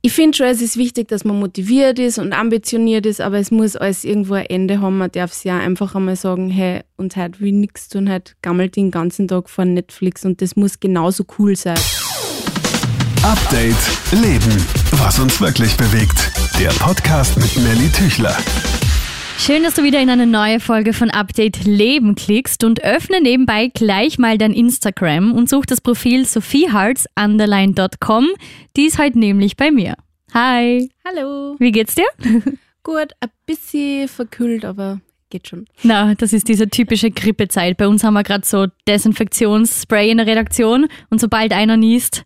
Ich finde schon, es ist wichtig, dass man motiviert ist und ambitioniert ist, aber es muss alles irgendwo ein Ende haben. Man darf es ja einfach einmal sagen, hey, und heute will ich nichts tun, heute gammelt den ganzen Tag vor Netflix und das muss genauso cool sein. Update Leben. Was uns wirklich bewegt. Der Podcast mit Nelly Tüchler. Schön, dass du wieder in eine neue Folge von Update Leben klickst und öffne nebenbei gleich mal dein Instagram und such das Profil sophiehartz_.com. Die ist heute nämlich bei mir. Hi. Hallo. Wie geht's dir? Gut, ein bisschen verkühlt, aber geht schon. Na, das ist diese typische Grippezeit. Bei uns haben wir gerade so Desinfektionsspray in der Redaktion und sobald einer niest,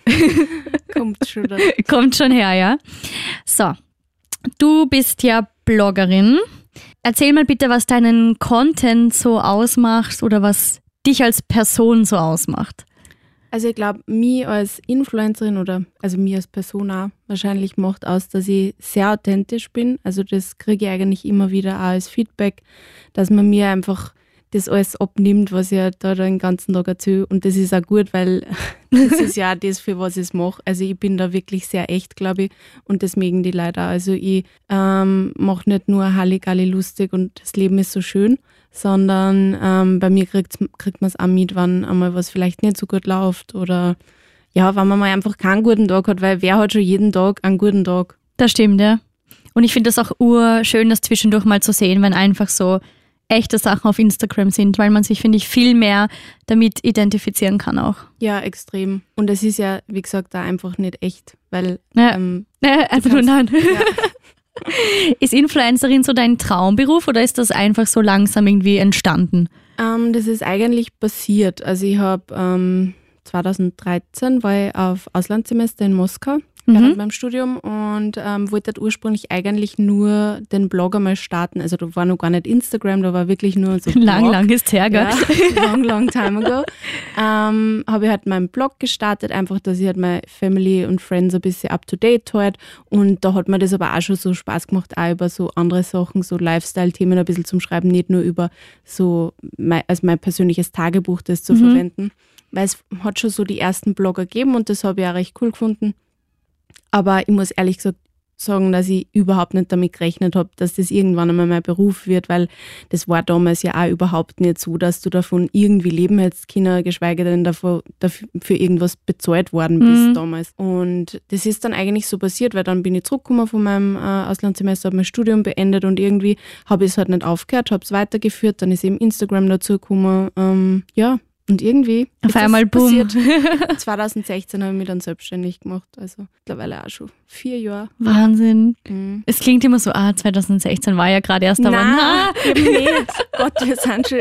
kommt schon her, ja. So, du bist ja Bloggerin. Erzähl mal bitte, was deinen Content so ausmacht oder was dich als Person so ausmacht. Also ich glaube, mich als Influencerin oder also mich als Person auch wahrscheinlich macht aus, dass ich sehr authentisch bin. Also das kriege ich eigentlich immer wieder auch als Feedback, dass man mir einfach das alles abnimmt, was ich da den ganzen Tag erzähle. Und das ist auch gut, weil das ist ja auch das, für was ich es mache. Also ich bin da wirklich sehr echt, glaube ich. Und das mögen die Leute auch. Also ich mache nicht nur Halligalli lustig und das Leben ist so schön, sondern bei mir kriegt man es auch mit, wenn einmal was vielleicht nicht so gut läuft oder ja, wenn man mal einfach keinen guten Tag hat, weil wer hat schon jeden Tag einen guten Tag? Das stimmt, ja. Und ich finde das auch urschön, das zwischendurch mal zu sehen, wenn einfach so echte Sachen auf Instagram sind, weil man sich, finde ich, viel mehr damit identifizieren kann auch. Ja, extrem. Und es ist ja, wie gesagt, da einfach nicht echt, weil einfach nur nein. Ja. Ist Influencerin so dein Traumberuf oder ist das einfach so langsam irgendwie entstanden? Das ist eigentlich passiert. Also ich habe 2013 war ich auf Auslandssemester in Moskau während meinem Studium und wollte dort ursprünglich eigentlich nur den Blog einmal starten. Also da war noch gar nicht Instagram, da war wirklich nur so lang ist her, gell? Ja, long time ago. Habe ich halt meinen Blog gestartet, einfach, dass ich halt meine Family und Friends ein bisschen up-to-date halt. Und da hat mir das aber auch schon so Spaß gemacht, auch über so andere Sachen, so Lifestyle-Themen ein bisschen zum Schreiben, nicht nur über so mein persönliches Tagebuch, das zu verwenden. Weil es hat schon so die ersten Blogger gegeben und das habe ich auch recht cool gefunden. Aber ich muss ehrlich gesagt sagen, dass ich überhaupt nicht damit gerechnet habe, dass das irgendwann einmal mein Beruf wird, weil das war damals ja auch überhaupt nicht so, dass du davon irgendwie leben hättest können, geschweige denn dafür für irgendwas bezahlt worden bist damals. Und das ist dann eigentlich so passiert, weil dann bin ich zurückgekommen von meinem Auslandssemester, habe mein Studium beendet und irgendwie habe ich es halt nicht aufgehört, habe es weitergeführt, dann ist eben Instagram dazu gekommen, und irgendwie auf einmal boom. 2016 habe ich mich dann selbstständig gemacht, also mittlerweile auch schon 4 Jahre. Wahnsinn. Es klingt immer so, 2016 war ja gerade erst, aber nein, eben nicht. Gott, wir sind schon,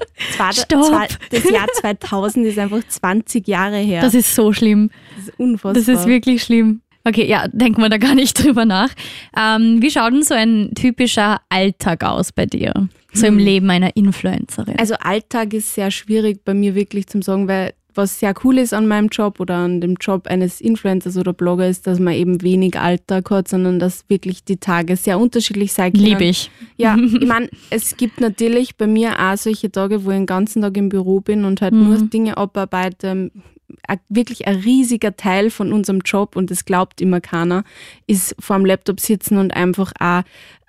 das Jahr 2000 ist einfach 20 Jahre her. Das ist so schlimm. Das ist unfassbar. Das ist wirklich schlimm. Okay, ja, denken wir da gar nicht drüber nach. Wie schaut denn so ein typischer Alltag aus bei dir? So im Leben einer Influencerin? Also Alltag ist sehr schwierig bei mir wirklich zu sagen, weil was sehr cool ist an meinem Job oder an dem Job eines Influencers oder Blogger ist, dass man eben wenig Alltag hat, sondern dass wirklich die Tage sehr unterschiedlich sein können. Liebe ich. Ja, ich meine, es gibt natürlich bei mir auch solche Tage, wo ich den ganzen Tag im Büro bin und halt nur Dinge abarbeite. Wirklich ein riesiger Teil von unserem Job, und das glaubt immer keiner, ist vor dem Laptop sitzen und einfach auch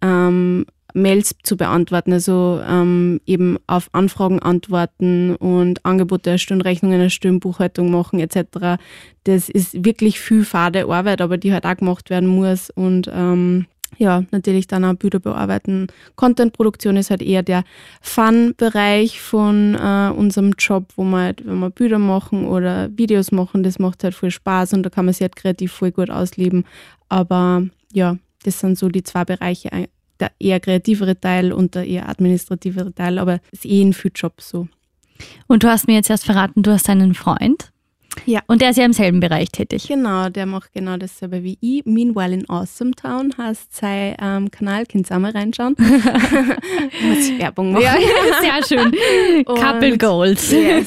Mails zu beantworten, also eben auf Anfragen antworten und Angebote erstellen, Rechnungen erstellen, Buchhaltung machen etc. Das ist wirklich viel fade Arbeit, aber die halt auch gemacht werden muss und natürlich dann auch Bilder bearbeiten. Contentproduktion ist halt eher der Fun-Bereich von unserem Job, wo wir halt, wenn wir Bilder machen oder Videos machen, das macht halt viel Spaß und da kann man sich halt kreativ voll gut ausleben. Aber ja, das sind so die 2 Bereiche, der eher kreativere Teil und der eher administrativere Teil, aber es ist in viel Job so. Und du hast mir jetzt erst verraten, du hast einen Freund. Ja. Und der ist ja im selben Bereich tätig. Genau, der macht genau dasselbe wie ich. Meanwhile in Awesome Town heißt sein Kanal, könnt ihr auch mal reinschauen. Muss ich Werbung machen. Ja, sehr schön. Couple Goals. Yes.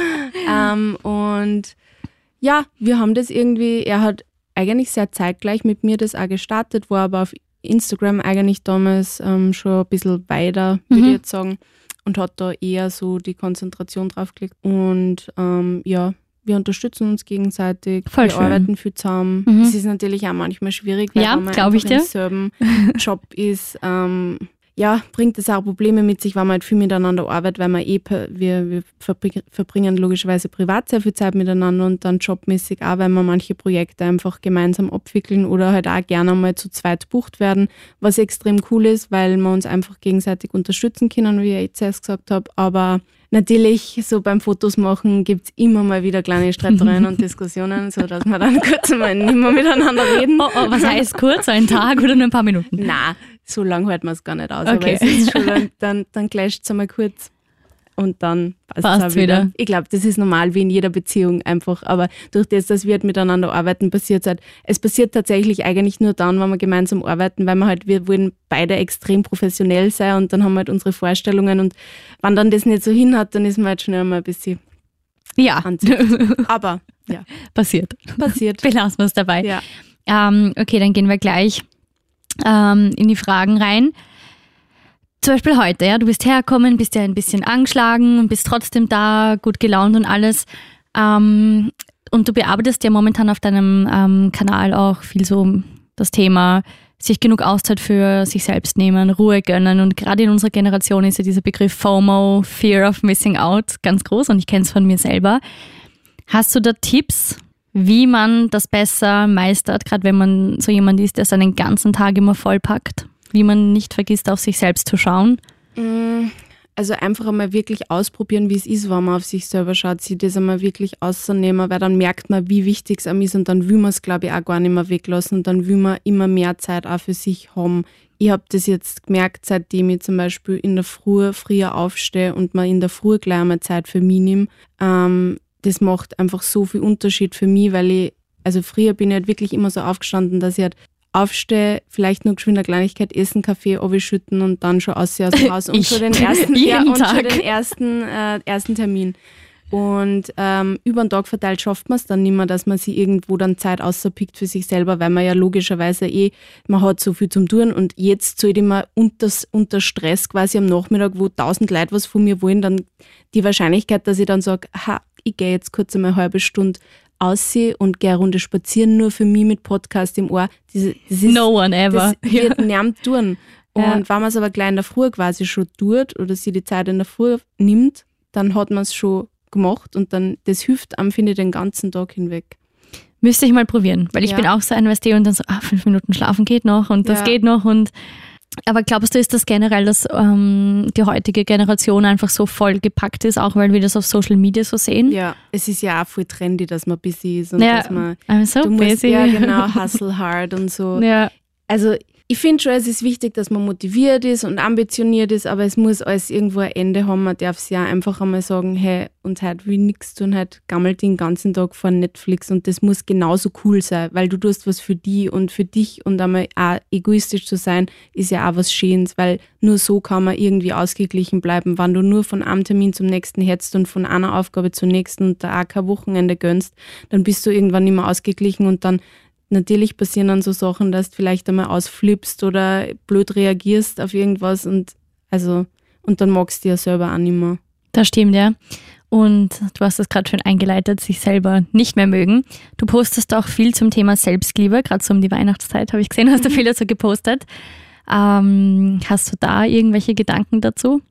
Und ja, wir haben das irgendwie, er hat eigentlich sehr zeitgleich mit mir das auch gestartet, war aber auf Instagram eigentlich damals schon ein bisschen weiter, würde ich jetzt sagen, und hat da eher so die Konzentration drauf gelegt. Und wir unterstützen uns gegenseitig, Voll wir schön. arbeiten viel zusammen. Es ist natürlich auch manchmal schwierig, weil wenn man einfach im selben Job ist, bringt es auch Probleme mit sich, weil man halt viel miteinander arbeitet, weil man wir verbringen logischerweise privat sehr viel Zeit miteinander und dann jobmäßig auch, weil wir manche Projekte einfach gemeinsam abwickeln oder halt auch gerne mal zu zweit bucht werden, was extrem cool ist, weil wir uns einfach gegenseitig unterstützen können, wie ich jetzt erst gesagt habe, aber natürlich, so beim Fotos machen gibt es immer mal wieder kleine Streitereien und Diskussionen, sodass wir dann kurz mal nicht mehr miteinander reden. Oh, was heißt kurz? Ein Tag oder nur ein paar Minuten? Nein, so lange halten wir es gar nicht aus. Okay. Aber es ist schon, dann clasht es einmal kurz und dann passt es auch wieder. Ich glaube, das ist normal wie in jeder Beziehung einfach. Aber durch das, dass wir halt miteinander arbeiten, passiert es halt. Es passiert tatsächlich eigentlich nur dann, wenn wir gemeinsam arbeiten, weil wir wollen beide extrem professionell sein und dann haben wir halt unsere Vorstellungen und wenn dann das nicht so hinhaut, dann ist man halt schon einmal ein bisschen aber ja. Passiert. Belassen wir es dabei. Ja. Okay, dann gehen wir gleich in die Fragen rein. Zum Beispiel heute, ja, du bist hergekommen, bist ja ein bisschen angeschlagen und bist trotzdem da, gut gelaunt und alles. Und du bearbeitest ja momentan auf deinem Kanal auch viel so das Thema, sich genug Auszeit für sich selbst nehmen, Ruhe gönnen. Und gerade in unserer Generation ist ja dieser Begriff FOMO, Fear of Missing Out, ganz groß und ich kenne es von mir selber. Hast du da Tipps, wie man das besser meistert, gerade wenn man so jemand ist, der seinen ganzen Tag immer vollpackt? Wie man nicht vergisst, auf sich selbst zu schauen? Also einfach einmal wirklich ausprobieren, wie es ist, wenn man auf sich selber schaut, sich das einmal wirklich auszunehmen, weil dann merkt man, wie wichtig es einem ist und dann will man es, glaube ich, auch gar nicht mehr weglassen und dann will man immer mehr Zeit auch für sich haben. Ich habe das jetzt gemerkt, seitdem ich zum Beispiel in der Früh früher aufstehe und man in der Früh gleich einmal Zeit für mich nehme. Das macht einfach so viel Unterschied für mich, weil früher bin ich halt wirklich immer so aufgestanden, dass ich halt aufstehe, vielleicht nur geschwind eine Kleinigkeit essen, Kaffee abschütten und dann schon aus dem Haus und schon den ersten Termin. Und über den Tag verteilt schafft man es dann nicht mehr, dass man sich irgendwo dann Zeit außerpickt für sich selber, weil man ja logischerweise man hat so viel zum Tun und jetzt sollte ich mir unter Stress quasi am Nachmittag, wo 1000 Leute was von mir wollen, dann die Wahrscheinlichkeit, dass ich dann sage, ich gehe jetzt kurz einmal eine halbe Stunde aussehe und gehe eine Runde spazieren, nur für mich mit Podcast im Ohr. Das ist, no one ever. Das wird niemand tun. Und wenn man es aber gleich in der Früh quasi schon tut oder sich die Zeit in der Früh nimmt, dann hat man es schon gemacht und dann, das hilft einem, finde ich, den ganzen Tag hinweg. Müsste ich mal probieren, weil ich bin auch so ein und dann so, 5 Minuten schlafen geht noch und das geht noch aber glaubst du, ist das generell, dass die heutige Generation einfach so voll gepackt ist, auch weil wir das auf Social Media so sehen? Ja, es ist ja auch voll trendy, dass man busy ist und dass man I'm so busy. Ja, genau, hustle hard und so. Ja. Also ich finde schon, es ist wichtig, dass man motiviert ist und ambitioniert ist, aber es muss alles irgendwo ein Ende haben. Man darf es ja einfach einmal sagen, hey, und heute will ich nichts tun, heute gammelt den ganzen Tag vor Netflix und das muss genauso cool sein, weil du tust was für die und für dich und einmal auch egoistisch zu sein, ist ja auch was Schönes, weil nur so kann man irgendwie ausgeglichen bleiben. Wenn du nur von einem Termin zum nächsten hetzt und von einer Aufgabe zur nächsten und da auch kein Wochenende gönnst, dann bist du irgendwann nicht mehr ausgeglichen und dann natürlich passieren dann so Sachen, dass du vielleicht einmal ausflippst oder blöd reagierst auf irgendwas und dann magst du ja selber auch nicht mehr. Das stimmt, ja. Und du hast das gerade schon eingeleitet, sich selber nicht mehr mögen. Du postest auch viel zum Thema Selbstliebe, gerade so um die Weihnachtszeit, habe ich gesehen, hast du viel dazu gepostet. Hast du da irgendwelche Gedanken dazu?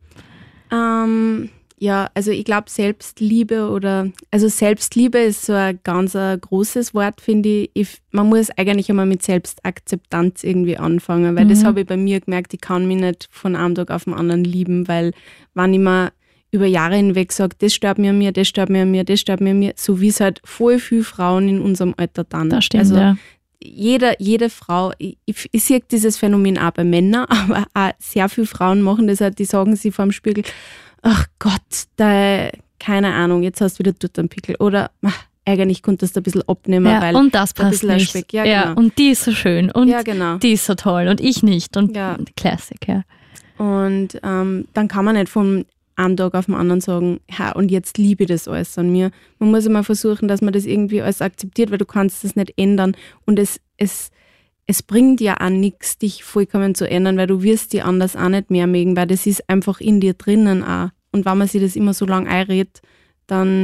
Ja, also ich glaube Selbstliebe ist so ein ganz großes Wort, finde ich. Man muss eigentlich einmal mit Selbstakzeptanz irgendwie anfangen, weil das habe ich bei mir gemerkt, ich kann mich nicht von einem Tag auf den anderen lieben, weil wenn ich mir über Jahre hinweg sage, das stört mir an mir, das stört mir an mir, das stört mir an mir, so wie es halt voll viele Frauen in unserem Alter dann. Das stimmt, also, ja. Jede Frau, ich sehe dieses Phänomen auch bei Männern, aber auch sehr viele Frauen machen das halt, die sagen sich vor dem Spiegel, ach Gott, keine Ahnung, jetzt hast du wieder dort einen Pickel. Oder eigentlich konntest du ein bisschen abnehmen, weil und das passt nicht. Speck. Ja, genau. Und die ist so schön und genau. Die ist so toll und ich nicht. Und Classic, ja. Und dann kann man nicht von einem Tag auf den anderen sagen, und jetzt liebe ich das alles an mir. Man muss immer versuchen, dass man das irgendwie alles akzeptiert, weil du kannst das nicht ändern. Und es bringt ja auch nichts, dich vollkommen zu ändern, weil du wirst die anders auch nicht mehr mögen, weil das ist einfach in dir drinnen auch. Und wenn man sich das immer so lange einredet, dann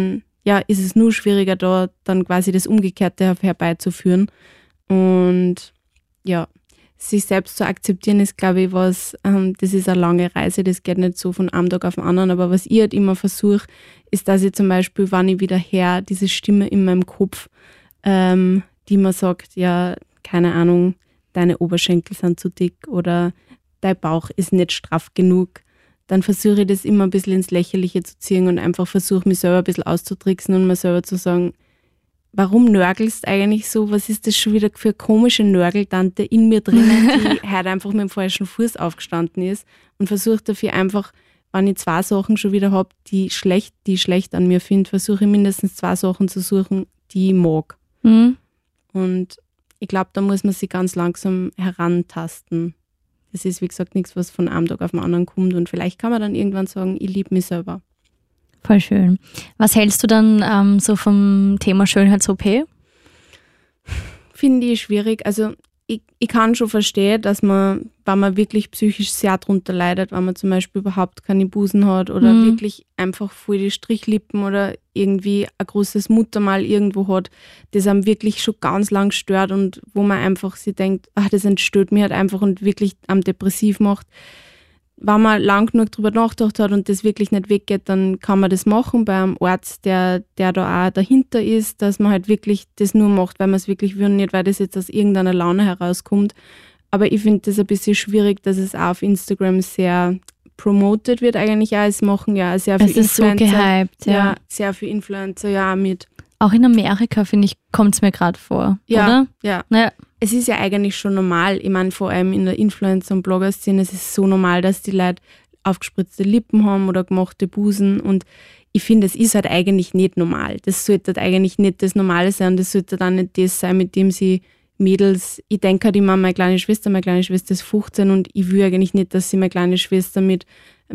ist es nur schwieriger, da dann quasi das Umgekehrte herbeizuführen. Und ja, sich selbst zu akzeptieren ist, glaube ich, was, das ist eine lange Reise, das geht nicht so von einem Tag auf den anderen, aber was ich halt immer versuche, ist, dass ich zum Beispiel, wenn ich wieder her, diese Stimme in meinem Kopf, die mir sagt, ja, keine Ahnung, deine Oberschenkel sind zu dick oder dein Bauch ist nicht straff genug, dann versuche ich das immer ein bisschen ins Lächerliche zu ziehen und einfach versuche, mich selber ein bisschen auszutricksen und mir selber zu sagen, warum nörgelst eigentlich so? Was ist das schon wieder für eine komische Nörgeltante in mir drinnen, die heute einfach mit dem falschen Fuß aufgestanden ist und versuche dafür einfach, wenn ich 2 Sachen schon wieder habe, die ich schlecht an mir finde, versuche ich mindestens 2 Sachen zu suchen, die ich mag. Mhm. Und ich glaube, da muss man sich ganz langsam herantasten. Das ist, wie gesagt, nichts, was von einem Tag auf den anderen kommt und vielleicht kann man dann irgendwann sagen, ich liebe mich selber. Voll schön. Was hältst du dann so vom Thema Schönheits-OP? Finde ich schwierig. Also ich kann schon verstehen, dass man, wenn man wirklich psychisch sehr drunter leidet, wenn man zum Beispiel überhaupt keine Busen hat oder wirklich einfach voll die Strichlippen oder irgendwie ein großes Muttermal irgendwo hat, das einem wirklich schon ganz lang stört und wo man einfach sich denkt, das entstört mich halt einfach und wirklich am depressiv macht. Wenn man lang genug drüber nachgedacht hat und das wirklich nicht weggeht, dann kann man das machen bei einem Arzt, der da auch dahinter ist, dass man halt wirklich das nur macht, weil man es wirklich will und nicht, weil das jetzt aus irgendeiner Laune herauskommt. Aber ich finde das ein bisschen schwierig, dass es auch auf Instagram sehr promoted wird eigentlich auch. Es machen ja sehr viele Influencer. Es ist so gehypt, ja. Sehr viele Influencer, ja, mit. Auch in Amerika, finde ich, kommt es mir gerade vor, oder? Ja. Es ist ja eigentlich schon normal. Ich meine, vor allem in der Influencer- und Blogger-Szene, es ist so normal, dass die Leute aufgespritzte Lippen haben oder gemachte Busen. Und ich finde, es ist halt eigentlich nicht normal. Das sollte halt eigentlich nicht das Normale sein. Das sollte dann nicht das sein, mit dem sie Mädels, ich denke halt immer, meine kleine Schwester ist 15 und ich will eigentlich nicht, dass sie meine kleine Schwester mit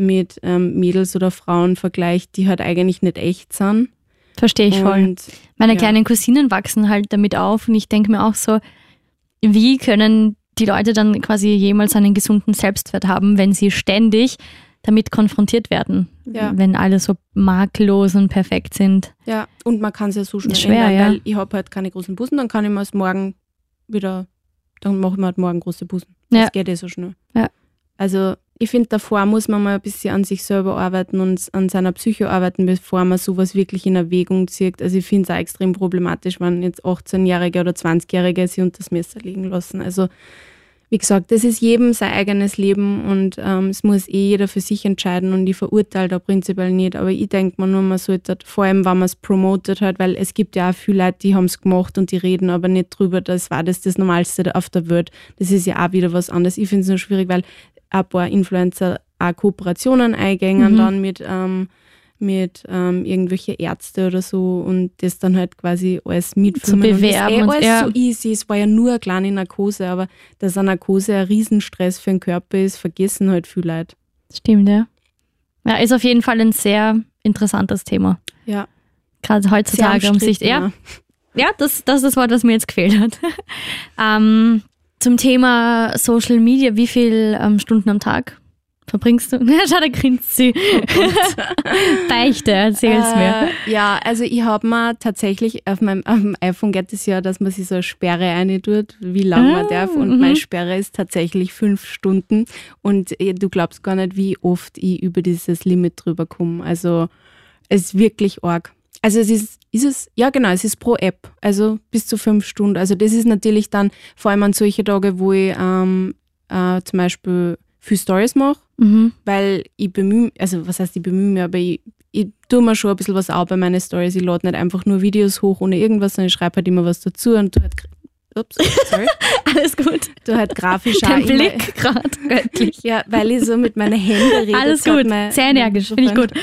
Mädels oder Frauen vergleicht, die halt eigentlich nicht echt sind. Verstehe ich voll. Meine kleinen Cousinen wachsen halt damit auf und ich denke mir auch so, wie können die Leute dann quasi jemals einen gesunden Selbstwert haben, wenn sie ständig damit konfrontiert werden, wenn alle so makellos und perfekt sind. Ja, und man kann es ja so schnell schwer, ändern, weil ich habe halt keine großen Busen, dann kann ich mir es morgen wieder, dann mache ich mir halt morgen große Busen. Das geht so schnell. Ja. Also ich finde, davor muss man mal ein bisschen an sich selber arbeiten und an seiner Psyche arbeiten, bevor man sowas wirklich in Erwägung zieht. Also ich finde es auch extrem problematisch, wenn jetzt 18-Jährige oder 20-Jährige sich unter das Messer legen lassen. Also wie gesagt, das ist jedem sein eigenes Leben und es muss jeder für sich entscheiden und ich verurteile da prinzipiell nicht. Aber ich denke mir nur, man sollte, vor allem wenn man es promotet hat, weil es gibt ja auch viele Leute, die haben es gemacht und die reden aber nicht drüber, das war das Normalste auf der Welt. Das ist ja auch wieder was anderes. Ich finde es nur schwierig, weil ein paar Influencer auch Kooperationen eingängen dann mit irgendwelche Ärzte oder so und das dann halt quasi alles mitfilmen. Zu bewerben. Und das alles so easy. Es war ja nur eine kleine Narkose, aber dass eine Narkose ein Riesenstress für den Körper ist, vergessen halt viele Leute. Stimmt, ja. Ja, ist auf jeden Fall ein sehr interessantes Thema. Ja. Gerade heutzutage um sich. Ja, das ist das Wort, das mir jetzt gefehlt hat. Zum Thema Social Media, wie viele Stunden am Tag verbringst du? Schau, da grinst sie. Beichte, erzähl's mir. Ja, also ich habe mir tatsächlich auf meinem iPhone geht es ja, dass man sich so eine Sperre reintut, wie lange man darf. Und meine Sperre ist tatsächlich 5 Stunden. Und du glaubst gar nicht, wie oft ich über dieses Limit drüber komme. Also es ist wirklich arg. Also es ist pro App, also bis zu 5 Stunden. Also das ist natürlich dann vor allem an solche Tage, wo ich zum Beispiel viel Stories mache, weil ich bemühe, also was heißt ich bemühe mich, aber ich tue mir schon ein bisschen was auch bei meinen Stories. Ich lade nicht einfach nur Videos hoch ohne irgendwas, sondern ich schreibe halt immer was dazu und du halt, alles gut. Du halt grafisch auch dein Blick gerade göttlich. Ja, weil ich so mit meinen Händen rede. Alles gut, sehr energisch, finde ich gut.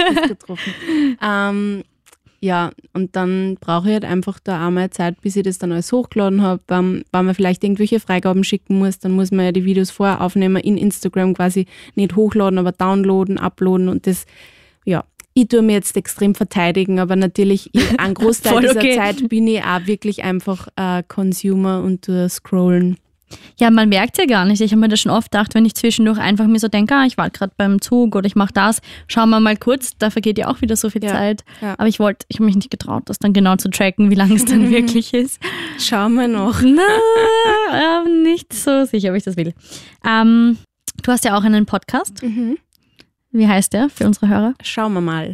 Ja, und dann brauche ich halt einfach da auch mal Zeit, bis ich das dann alles hochgeladen habe. Wenn man vielleicht irgendwelche Freigaben schicken muss, dann muss man ja die Videos vorher aufnehmen, in Instagram quasi nicht hochladen, aber downloaden, uploaden und das, ja. Ich tue mir jetzt extrem verteidigen, aber natürlich einen Großteil dieser Zeit bin ich auch wirklich einfach Consumer und scrollen. Ja, man merkt ja gar nicht. Ich habe mir das schon oft gedacht, wenn ich zwischendurch einfach mir so denke, ich war gerade beim Zug oder ich mache das, schauen wir mal kurz, da vergeht ja auch wieder so viel Zeit. Ja. Aber ich habe mich nicht getraut, das dann genau zu tracken, wie lange es dann wirklich ist. Schauen wir noch. Na, nicht so sicher, ob ich das will. Du hast ja auch einen Podcast. Mhm. Wie heißt der für unsere Hörer? Schauen wir mal.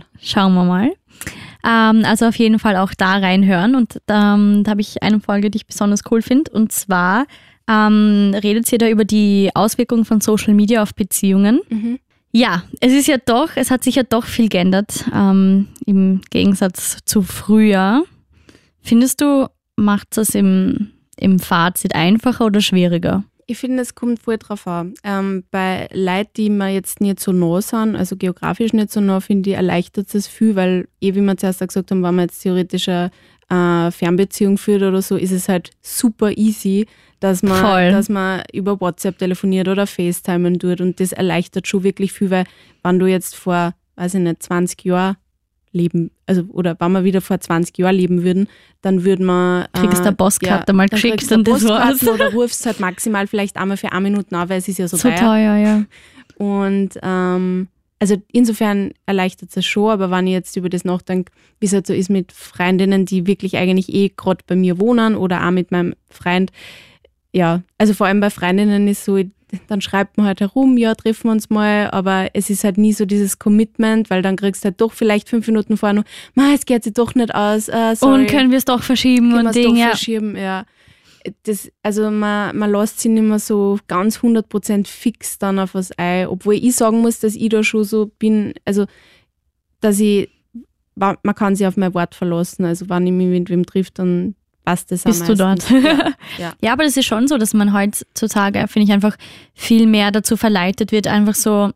Also auf jeden Fall auch da reinhören. Und da habe ich eine Folge, die ich besonders cool finde. Und zwar redet sie da über die Auswirkungen von Social Media auf Beziehungen. Mhm. Ja, es hat sich ja doch viel geändert im Gegensatz zu früher. Findest du, macht das im Fazit einfacher oder schwieriger? Ich finde, es kommt voll drauf an. Bei Leuten, die mir jetzt nicht so nah sind, also geografisch nicht so nah, finde ich, erleichtert es viel, weil, wie wir zuerst auch gesagt haben, wenn man jetzt theoretisch eine Fernbeziehung führt oder so, ist es halt super easy, dass man über WhatsApp telefoniert oder FaceTimen tut, und das erleichtert schon wirklich viel, weil wenn du jetzt vor, 20 Jahren leben, also oder wenn wir wieder vor 20 Jahren leben würden, dann würden wir... Kriegst du eine Postkarte mal geschickt und das war's. Oder rufst halt maximal vielleicht einmal für 1 Minute an, weil es ist ja so teuer. Ja. Und also insofern erleichtert es schon, aber wenn ich jetzt über das nachdenke, wie es halt so ist mit Freundinnen, die wirklich eigentlich gerade bei mir wohnen oder auch mit meinem Freund, ja, also vor allem bei Freundinnen ist so, dann schreibt man halt herum, ja, treffen wir uns mal, aber es ist halt nie so dieses Commitment, weil dann kriegst du halt doch vielleicht 5 Minuten vorher noch, es geht sich doch nicht aus, sorry. Und können wir es doch verschieben und Dinge. Verschieben, ja. Also man lässt sich nicht mehr so ganz 100% fix dann auf was ein, obwohl ich sagen muss, dass ich da schon so bin, also dass man kann sich auf mein Wort verlassen, also wenn ich mich mit wem trifft, dann passt das bist du dort. Ja. Ja, aber das ist schon so, dass man heutzutage, finde ich, einfach viel mehr dazu verleitet wird, einfach so,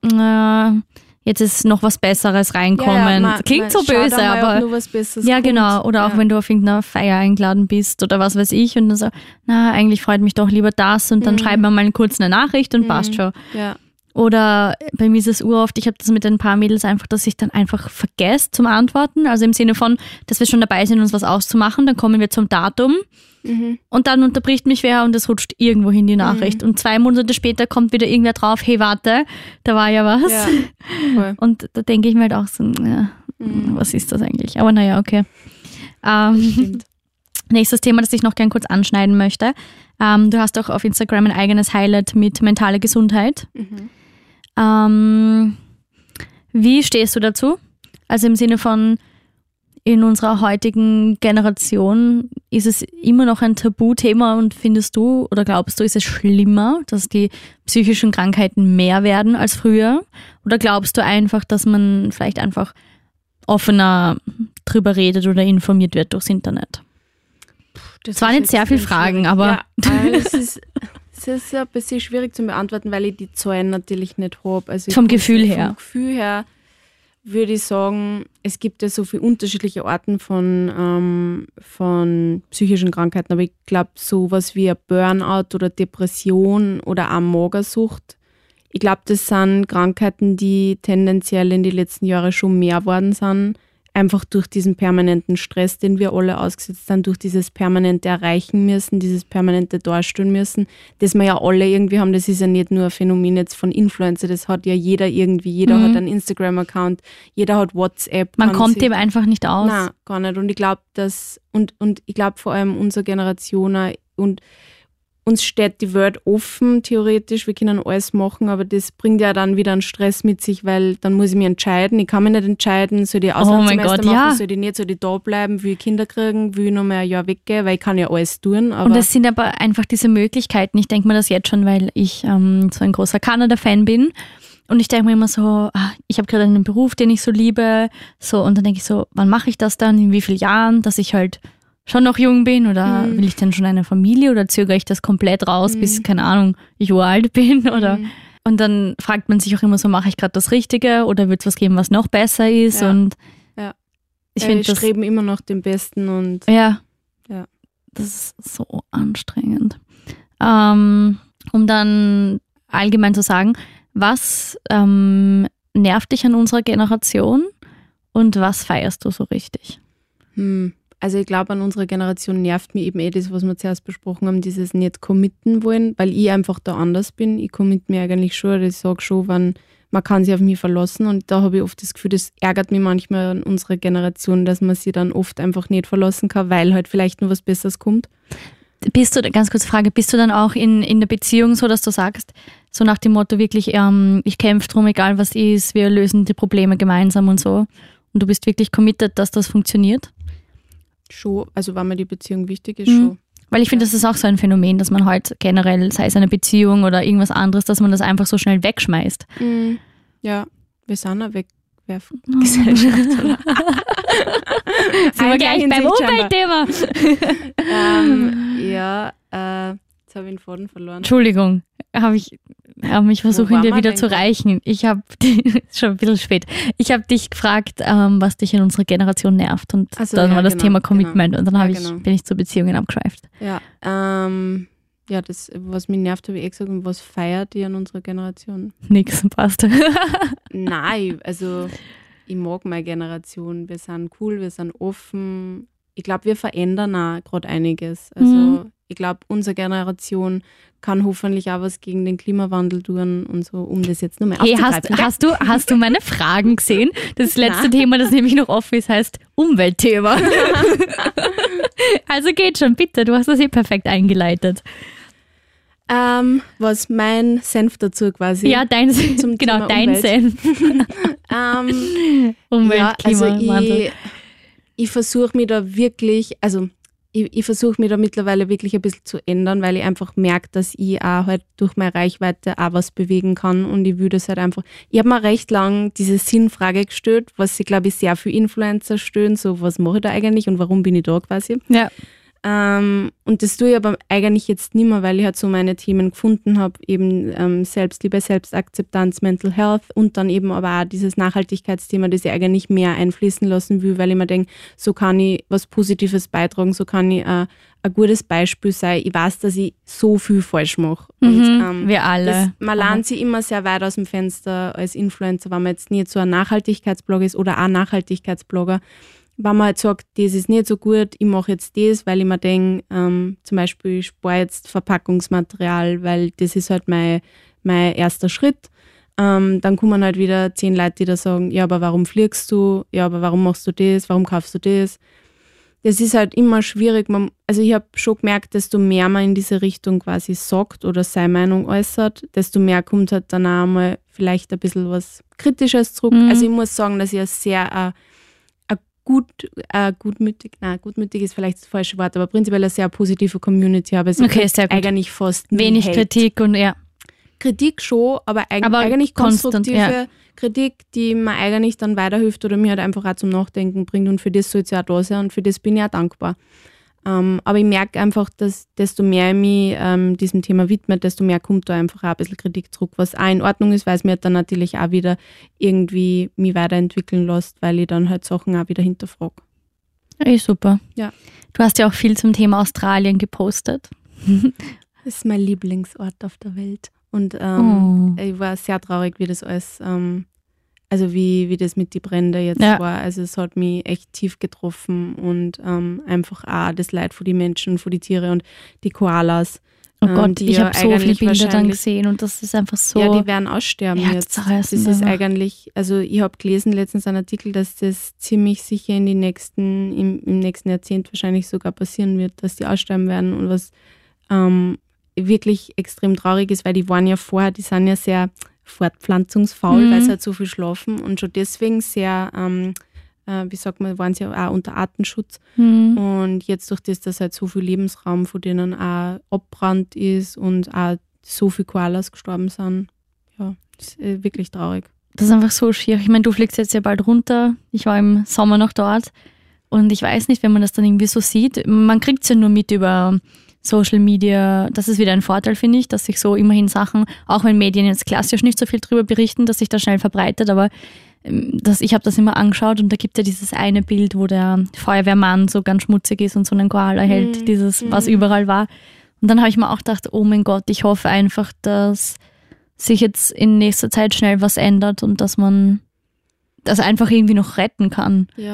jetzt ist noch was Besseres reinkommen. Ja, klingt so böse, aber nur was Besseres ja, kommt. Genau. Oder auch wenn du auf irgendeiner Feier eingeladen bist oder was weiß ich und dann so, eigentlich freut mich doch lieber das und dann schreibt man mal kurz eine Nachricht und passt schon. Ja. Oder bei mir ist es uroft, ich habe das mit ein paar Mädels einfach, dass ich dann einfach vergesse zum Antworten. Also im Sinne von, dass wir schon dabei sind, uns was auszumachen, dann kommen wir zum Datum und dann unterbricht mich wer und es rutscht irgendwo hin die Nachricht. Und 2 Monate später kommt wieder irgendwer drauf, hey warte, da war ja was. Ja, voll. Und da denke ich mir halt auch so, was ist das eigentlich? Aber naja, okay. Nächstes Thema, das ich noch gern kurz anschneiden möchte. Du hast auch auf Instagram ein eigenes Highlight mit mentaler Gesundheit. Wie stehst du dazu? Also im Sinne von, in unserer heutigen Generation ist es immer noch ein Tabuthema und findest du oder glaubst du, ist es schlimmer, dass die psychischen Krankheiten mehr werden als früher? Oder glaubst du einfach, dass man vielleicht einfach offener drüber redet oder informiert wird durchs Internet? Das waren jetzt sehr viele Fragen, aber... Ja, es ist ein bisschen schwierig zu beantworten, weil ich die Zahlen natürlich nicht habe. Also vom Gefühl her. Vom Gefühl her würde ich sagen, es gibt ja so viele unterschiedliche Arten von psychischen Krankheiten, aber ich glaube, sowas wie ein Burnout oder Depression oder auch Magersucht, ich glaube, das sind Krankheiten, die tendenziell in den letzten Jahren schon mehr worden sind. Einfach durch diesen permanenten Stress, den wir alle ausgesetzt sind, durch dieses permanente Erreichen müssen, dieses permanente Darstellen müssen, das wir ja alle irgendwie haben. Das ist ja nicht nur ein Phänomen jetzt von Influencer, das hat ja jeder irgendwie. Jeder hat einen Instagram-Account, jeder hat WhatsApp. Man kommt dem einfach nicht aus. Nein, gar nicht. Und ich glaube, und ich glaube vor allem unsere Generation auch, und uns steht die Welt offen, theoretisch, wir können alles machen, aber das bringt ja dann wieder einen Stress mit sich, weil dann muss ich mich entscheiden. Ich kann mich nicht entscheiden, soll ich Auslandssemester machen, soll ich nicht, soll ich da bleiben, will ich Kinder kriegen, will ich noch mehr ein Jahr weggehen, weil ich kann ja alles tun. Aber und das sind aber einfach diese Möglichkeiten. Ich denke mir das jetzt schon, weil ich so ein großer Kanada-Fan bin. Und ich denke mir immer so, ich habe gerade einen Beruf, den ich so liebe. So, und dann denke ich so, wann mache ich das dann, in wie vielen Jahren, dass ich halt schon noch jung bin oder will ich denn schon eine Familie oder zögere ich das komplett raus, bis, keine Ahnung, ich uralt bin oder und dann fragt man sich auch immer so, mache ich gerade das Richtige oder wird es was geben, was noch besser ist und ich finde wir streben immer noch den Besten und ja, das ist so anstrengend. Um dann allgemein zu sagen, was nervt dich an unserer Generation und was feierst du so richtig? Also ich glaube, an unserer Generation nervt mich eben das, was wir zuerst besprochen haben, dieses nicht committen wollen, weil ich einfach da anders bin. Ich commit mir eigentlich schon, ich sage schon, wann man kann sich auf mich verlassen, und da habe ich oft das Gefühl, das ärgert mich manchmal an unserer Generation, dass man sich dann oft einfach nicht verlassen kann, weil halt vielleicht nur was Besseres kommt. Ganz kurze Frage, bist du dann auch in der Beziehung so, dass du sagst, so nach dem Motto wirklich, ich kämpfe drum, egal was ist, wir lösen die Probleme gemeinsam und so, und du bist wirklich committed, dass das funktioniert? Schon, also wenn mir die Beziehung wichtig ist, schon. Weil ich finde, das ist auch so ein Phänomen, dass man halt generell, sei es eine Beziehung oder irgendwas anderes, dass man das einfach so schnell wegschmeißt. Ja, wir sind eine Wegwerfgesellschaft. Oder? Sind wir gleich beim Umweltthema? Jetzt habe ich den Faden verloren. Entschuldigung, habe mich versucht, ihn dir wieder zu reichen. Ist schon ein bisschen spät. Ich habe dich gefragt, was dich in unserer Generation nervt, und dann war das Thema Commitment, und dann bin ich zu Beziehungen abgeschweift. Ja, das, was mich nervt, habe ich gesagt, und was feiert ihr an unserer Generation? Nix, passt. Nein, also ich mag meine Generation. Wir sind cool, wir sind offen. Ich glaube, wir verändern auch gerade einiges. Also ich glaube, unsere Generation kann hoffentlich auch was gegen den Klimawandel tun und so, um das jetzt nur mehr aufzugreifen. Hast du meine Fragen gesehen? Das letzte Thema, das nämlich noch offen ist, heißt Umweltthema. Also geht schon, bitte, du hast das perfekt eingeleitet. Was mein Senf dazu quasi. Ja, dein Senf. Umwelt, Klimawandel. Ich versuche mich da wirklich, ich versuche mich da mittlerweile wirklich ein bisschen zu ändern, weil ich einfach merke, dass ich auch halt durch meine Reichweite auch was bewegen kann, und ich würde es halt einfach, ich habe mir recht lang diese Sinnfrage gestellt, was sich, glaube ich, sehr viele Influencer stellen, so was mache ich da eigentlich und warum bin ich da quasi. Ja. Und das tue ich aber eigentlich jetzt nicht mehr, weil ich halt so meine Themen gefunden habe, eben Selbstliebe, Selbstakzeptanz, Mental Health, und dann eben aber auch dieses Nachhaltigkeitsthema, das ich eigentlich mehr einfließen lassen will, weil ich mir denke, so kann ich was Positives beitragen, so kann ich ein gutes Beispiel sein. Ich weiß, dass ich so viel falsch mache. Wir alle. Man lernt sich immer sehr weit aus dem Fenster als Influencer, wenn man jetzt nicht so ein Nachhaltigkeitsblogger ist oder ein Nachhaltigkeitsblogger. Wenn man halt sagt, das ist nicht so gut, ich mache jetzt das, weil ich mir denke, zum Beispiel, ich spare jetzt Verpackungsmaterial, weil das ist halt mein erster Schritt. Dann kommen halt wieder 10 Leute, die da sagen, ja, aber warum fliegst du? Ja, aber warum machst du das? Warum kaufst du das? Das ist halt immer schwierig. Also ich habe schon gemerkt, desto mehr man in diese Richtung quasi sagt oder seine Meinung äußert, desto mehr kommt halt dann auch mal vielleicht ein bisschen was Kritisches zurück. Also ich muss sagen, dass ich sehr gutmütig ist vielleicht das falsche Wort, aber prinzipiell eine sehr positive Community habe. Also eigentlich fast wenig Hate. Kritik und ja. Kritik schon, aber eigentlich konstruktive Kritik, die mir eigentlich dann weiterhilft oder mir halt einfach auch zum Nachdenken bringt, und für das soll es ja auch da sein, und für das bin ich auch dankbar. Aber ich merke einfach, dass desto mehr ich mich diesem Thema widme, desto mehr kommt da einfach auch ein bisschen Kritik zurück, was auch in Ordnung ist, weil es mir dann natürlich auch wieder irgendwie mich weiterentwickeln lässt, weil ich dann halt Sachen auch wieder hinterfrage. Super. Ja. Du hast ja auch viel zum Thema Australien gepostet. Das ist mein Lieblingsort auf der Welt. Und ich war sehr traurig, wie das alles, also wie das mit den Bränden jetzt war. Also es hat mich echt tief getroffen, und einfach auch das Leid für die Menschen, für die Tiere und die Koalas. Oh Gott, ich habe so viele Bilder dann gesehen, und das ist einfach so... Ja, die werden aussterben jetzt. Das ist eigentlich, also ich habe gelesen letztens einen Artikel, dass das ziemlich sicher im nächsten Jahrzehnt wahrscheinlich sogar passieren wird, dass die aussterben werden, und was wirklich extrem traurig ist, weil die waren ja vorher, die sind ja sehr fortpflanzungsfaul, weil sie halt so viel schlafen und schon deswegen sehr, waren sie ja auch unter Artenschutz. Und jetzt durch das, dass halt so viel Lebensraum von denen auch abbrannt ist und auch so viele Koalas gestorben sind, ja, das ist wirklich traurig. Das ist einfach so schier. Ich meine, du fliegst jetzt ja bald runter. Ich war im Sommer noch dort, und ich weiß nicht, wenn man das dann irgendwie so sieht, man kriegt es ja nur mit über Social Media. Das ist wieder ein Vorteil, finde ich, dass sich so immerhin Sachen, auch wenn Medien jetzt klassisch nicht so viel drüber berichten, dass sich das schnell verbreitet, aber ich habe das immer angeschaut, und da gibt es ja dieses eine Bild, wo der Feuerwehrmann so ganz schmutzig ist und so einen Koala hält, was überall war. Und dann habe ich mir auch gedacht, oh mein Gott, ich hoffe einfach, dass sich jetzt in nächster Zeit schnell was ändert und dass man das einfach irgendwie noch retten kann. Ja.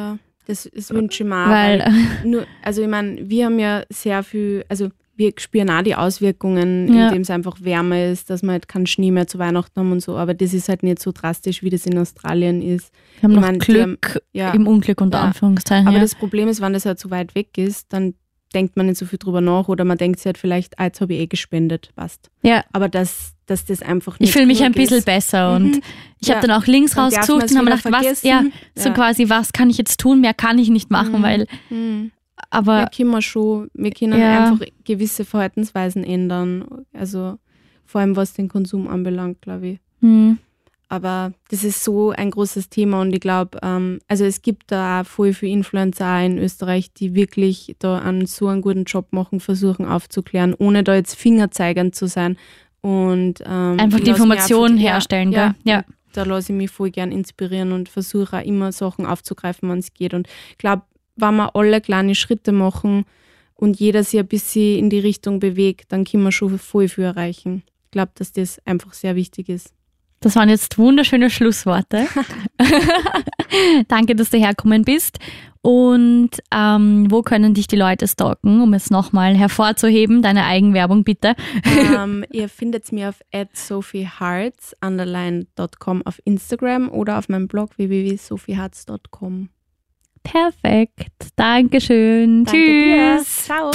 Das wünsche ich mir auch, Weil also ich meine, wir haben ja sehr viel, also wir spüren auch die Auswirkungen, indem es einfach wärmer ist, dass wir halt keinen Schnee mehr zu Weihnachten haben und so, aber das ist halt nicht so drastisch, wie das in Australien ist. Wir haben noch Glück im Unglück unter Anführungszeichen. Aber das Problem ist, wenn das halt so weit weg ist, dann denkt man nicht so viel drüber nach oder man denkt sich halt vielleicht, jetzt habe ich gespendet, passt. Ja. Aber dass das einfach nicht ich fühle mich ein bisschen besser und ich habe dann auch links rausgesucht und habe mir gedacht, quasi, was kann ich jetzt tun? Mehr kann ich nicht machen, weil aber wir können einfach gewisse Verhaltensweisen ändern, also vor allem was den Konsum anbelangt, glaube ich. Aber das ist so ein großes Thema und ich glaube, also es gibt da auch voll viele Influencer in Österreich, die wirklich da so einen guten Job machen, versuchen aufzuklären, ohne da jetzt fingerzeigend zu sein. Und einfach die Informationen herstellen. Ja. Da lasse ich mich voll gern inspirieren und versuche auch immer Sachen aufzugreifen, wenn es geht. Und ich glaube, wenn wir alle kleine Schritte machen und jeder sich ein bisschen in die Richtung bewegt, dann können wir schon voll viel erreichen. Ich glaube, dass das einfach sehr wichtig ist. Das waren jetzt wunderschöne Schlussworte. Danke, dass du hergekommen bist. Und wo können dich die Leute stalken, um es nochmal hervorzuheben? Deine Eigenwerbung bitte. Ihr findet mir auf @sophiehartz_.com auf Instagram oder auf meinem Blog www.sophiehartz.com. Perfekt. Dankeschön. Danke Tschüss. Dir. Ciao.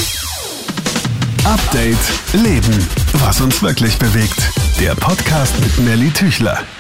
Update Leben. Was uns wirklich bewegt. Der Podcast mit Nelly Tüchler.